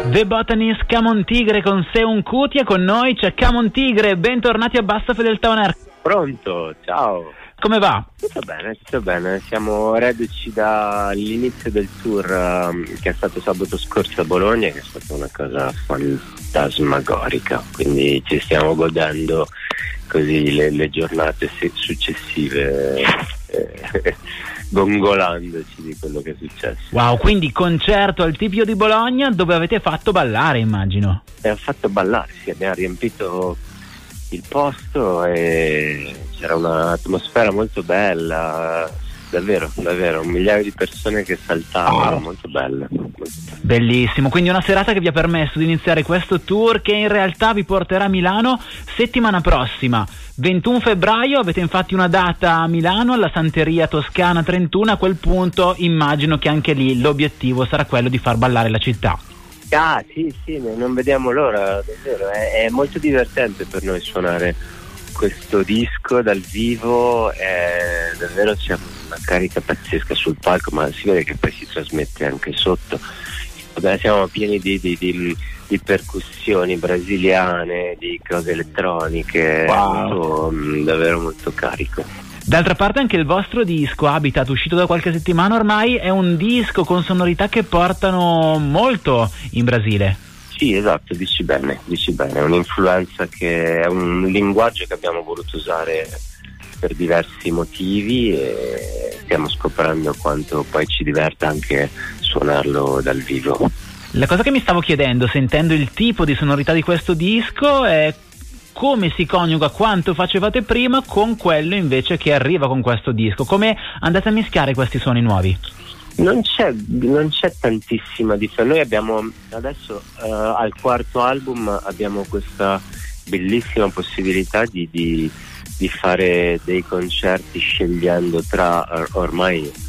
The Botanist, Camon Tigre con Se un Cuti, e con noi c'è Camon Tigre. Bentornati a Bassa Fedeltà On Air. Pronto, ciao. Come va? Tutto bene. Siamo reduci dall'inizio del tour che è stato sabato scorso a Bologna, che è stata una cosa fantasmagorica, quindi ci stiamo godendo così le giornate successive, gongolandoci di quello che è successo. Wow, quindi concerto al Tipio di Bologna dove avete fatto ballare, immagino. E ha fatto ballare, sì, abbiamo riempito il posto e c'era un'atmosfera molto bella, davvero, un migliaio di persone che saltavano, molto bella. Bellissimo, quindi una serata che vi ha permesso di iniziare questo tour che in realtà vi porterà a Milano settimana prossima. 21 febbraio avete infatti una data a Milano alla Santeria Toscana 31, a quel punto immagino che anche lì l'obiettivo sarà quello di far ballare la città. Ah sì, non vediamo l'ora, davvero, è molto divertente per noi suonare questo disco dal vivo, davvero c'è una carica pazzesca sul palco, ma si vede che poi si trasmette anche sotto. Siamo pieni di percussioni brasiliane, di cose elettroniche, wow. Davvero molto carico. D'altra parte anche il vostro disco Habitat, uscito da qualche settimana ormai, è un disco con sonorità che portano molto in Brasile. Sì, esatto, dici bene, è un'influenza che è un linguaggio che abbiamo voluto usare per diversi motivi e stiamo scoprendo quanto poi ci diverta anche suonarlo dal vivo. La cosa che mi stavo chiedendo, sentendo il tipo di sonorità di questo disco, è come si coniuga quanto facevate prima con quello invece che arriva con questo disco, come andate a mischiare questi suoni nuovi? Non c'è tantissima differenza. Noi abbiamo adesso al quarto album abbiamo questa bellissima possibilità di fare dei concerti scegliendo tra ormai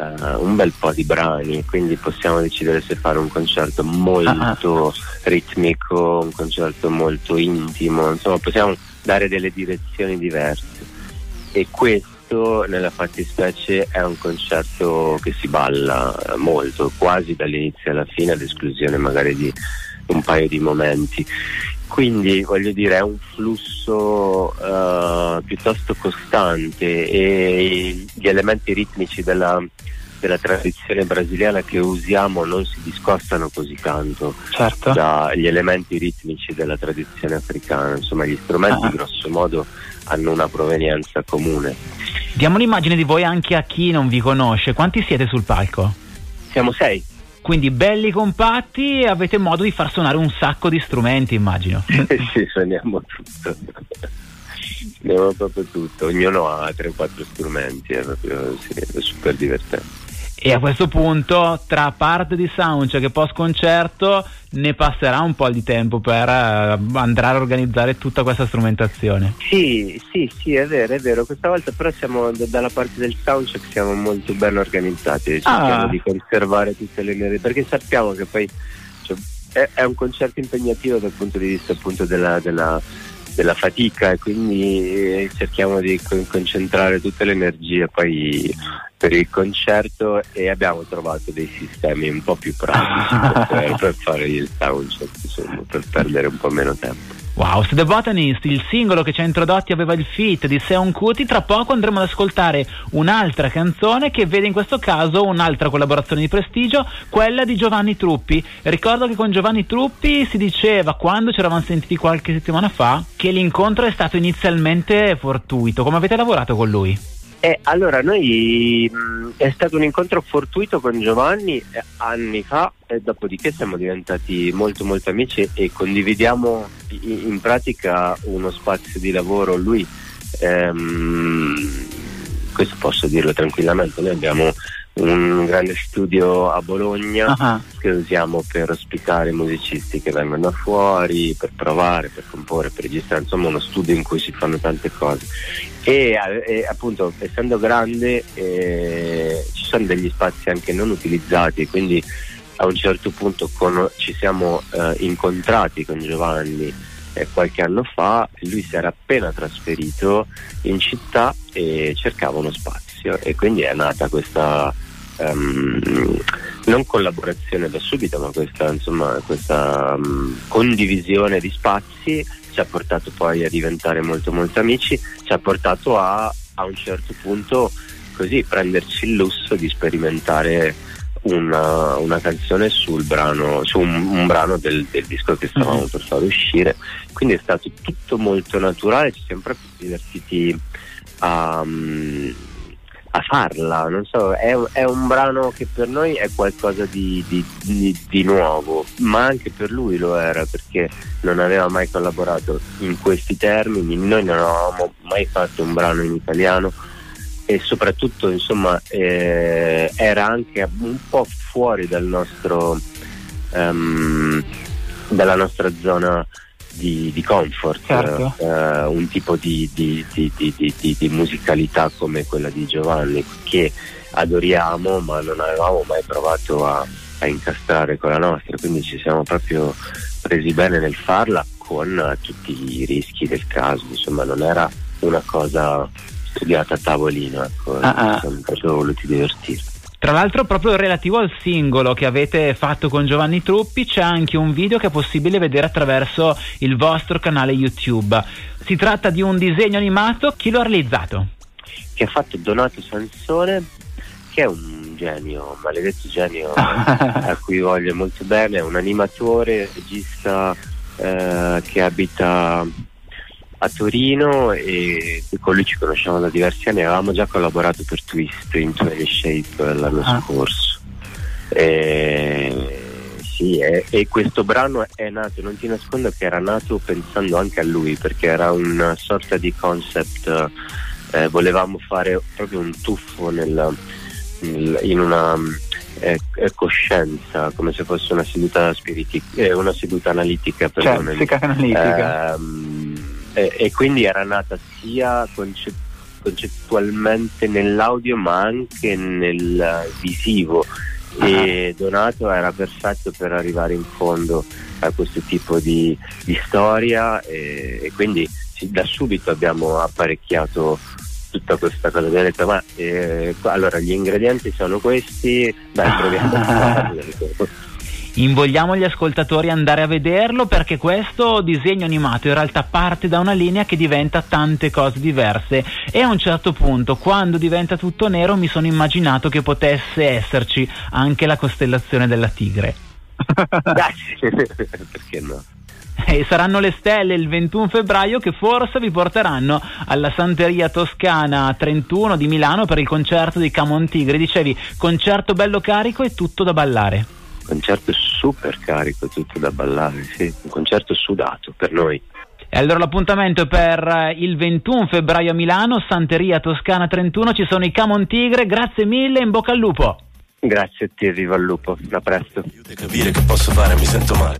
un bel po' di brani, quindi possiamo decidere se fare un concerto molto ritmico, un concerto molto intimo, insomma possiamo dare delle direzioni diverse, e questo nella fattispecie è un concerto che si balla molto, quasi dall'inizio alla fine, ad esclusione magari di un paio di momenti. Quindi voglio dire, è un flusso piuttosto costante, e gli elementi ritmici della tradizione brasiliana che usiamo non si discostano così tanto dagli elementi ritmici della tradizione africana. Insomma, gli strumenti grosso modo hanno una provenienza comune. Diamo un'immagine di voi anche a chi non vi conosce. Quanti siete sul palco? Siamo 6. Quindi belli compatti, e avete modo di far suonare un sacco di strumenti, immagino. Sì, suoniamo tutto. Suoniamo proprio tutto. Ognuno ha 3-4 strumenti, è super divertente. E a questo punto, tra parte di soundcheck e post concerto, ne passerà un po' di tempo per andare a organizzare tutta questa strumentazione. Sì, è vero. Questa volta però siamo dalla parte del soundcheck, siamo molto ben organizzati, cerchiamo di conservare tutte le energie, perché sappiamo che poi è un concerto impegnativo dal punto di vista appunto della fatica, e quindi cerchiamo di concentrare tutte le energie poi per il concerto, e abbiamo trovato dei sistemi un po' più pratici per fare il soundcheck, insomma, per perdere un po' meno tempo. Wow, The Botanist, il singolo che ci ha introdotti, aveva il feat di Se un Cuti. Tra poco andremo ad ascoltare un'altra canzone che vede in questo caso un'altra collaborazione di prestigio, quella di Giovanni Truppi. Ricordo che con Giovanni Truppi si diceva, quando ci eravamo sentiti qualche settimana fa, che l'incontro è stato inizialmente fortuito. Come avete lavorato con lui? Allora, noi è stato un incontro fortuito con Giovanni anni fa, e dopodiché siamo diventati molto molto amici e condividiamo in pratica uno spazio di lavoro. Lui, questo posso dirlo tranquillamente, noi abbiamo un grande studio a Bologna che usiamo per ospitare musicisti che vengono da fuori, per provare, per comporre, per registrare, insomma uno studio in cui si fanno tante cose, e appunto essendo grande ci sono degli spazi anche non utilizzati, quindi a un certo punto ci siamo incontrati con Giovanni qualche anno fa. Lui si era appena trasferito in città e cercava uno spazio, e quindi è nata questa non collaborazione da subito, ma questa condivisione di spazi ci ha portato poi a diventare molto molto amici, ci ha portato a un certo punto così prenderci il lusso di sperimentare una canzone su un brano del disco che stavamo per far uscire, quindi è stato tutto molto naturale, ci siamo proprio divertiti a farla, non so, è un brano che per noi è qualcosa di nuovo, ma anche per lui lo era, perché non aveva mai collaborato in questi termini, noi non avevamo mai fatto un brano in italiano e soprattutto insomma era anche un po' fuori dal nostro dalla nostra zona di comfort, certo. Un tipo di musicalità come quella di Giovanni che adoriamo, ma non avevamo mai provato a incastrare con la nostra, quindi ci siamo proprio presi bene nel farla con tutti i rischi del caso, insomma non era una cosa studiata a tavolino, ecco, siamo proprio voluti divertire. Tra l'altro, proprio relativo al singolo che avete fatto con Giovanni Truppi, c'è anche un video che è possibile vedere attraverso il vostro canale YouTube. Si tratta di un disegno animato. Chi lo ha realizzato? Che ha fatto Donato Sansone, che è un genio, maledetto genio, a cui voglio molto bene, è un animatore, regista che abita a Torino e con lui ci conosciamo da diversi anni, avevamo già collaborato per Twist in 20 Shape l'anno scorso. Sì, e questo brano è nato, non ti nascondo che era nato pensando anche a lui, perché era una sorta di concept, volevamo fare proprio un tuffo in una coscienza, come se fosse una seduta una seduta analitica, psicanalitica. E quindi era nata sia concettualmente nell'audio ma anche nel visivo, e Donato era perfetto per arrivare in fondo a questo tipo di storia, e quindi da subito abbiamo apparecchiato tutta questa cosa, abbiamo detto ma allora gli ingredienti sono questi, dai proviamo a farlo. Invogliamo gli ascoltatori ad andare a vederlo, perché questo disegno animato in realtà parte da una linea che diventa tante cose diverse, e a un certo punto, quando diventa tutto nero, mi sono immaginato che potesse esserci anche la costellazione della Tigre. Perché no? E saranno le stelle il 21 febbraio che forse vi porteranno alla Santeria Toscana 31 di Milano per il concerto di Camon Tigre. Dicevi, concerto bello carico e tutto da ballare. Concerto super carico, tutto da ballare, sì, un concerto sudato per noi. E allora l'appuntamento per il 21 febbraio a Milano, Santeria Toscana 31, ci sono i Camon Tigre. Grazie mille, in bocca al lupo. Grazie a te, viva il lupo, a presto. Capire che posso fare, mi sento male.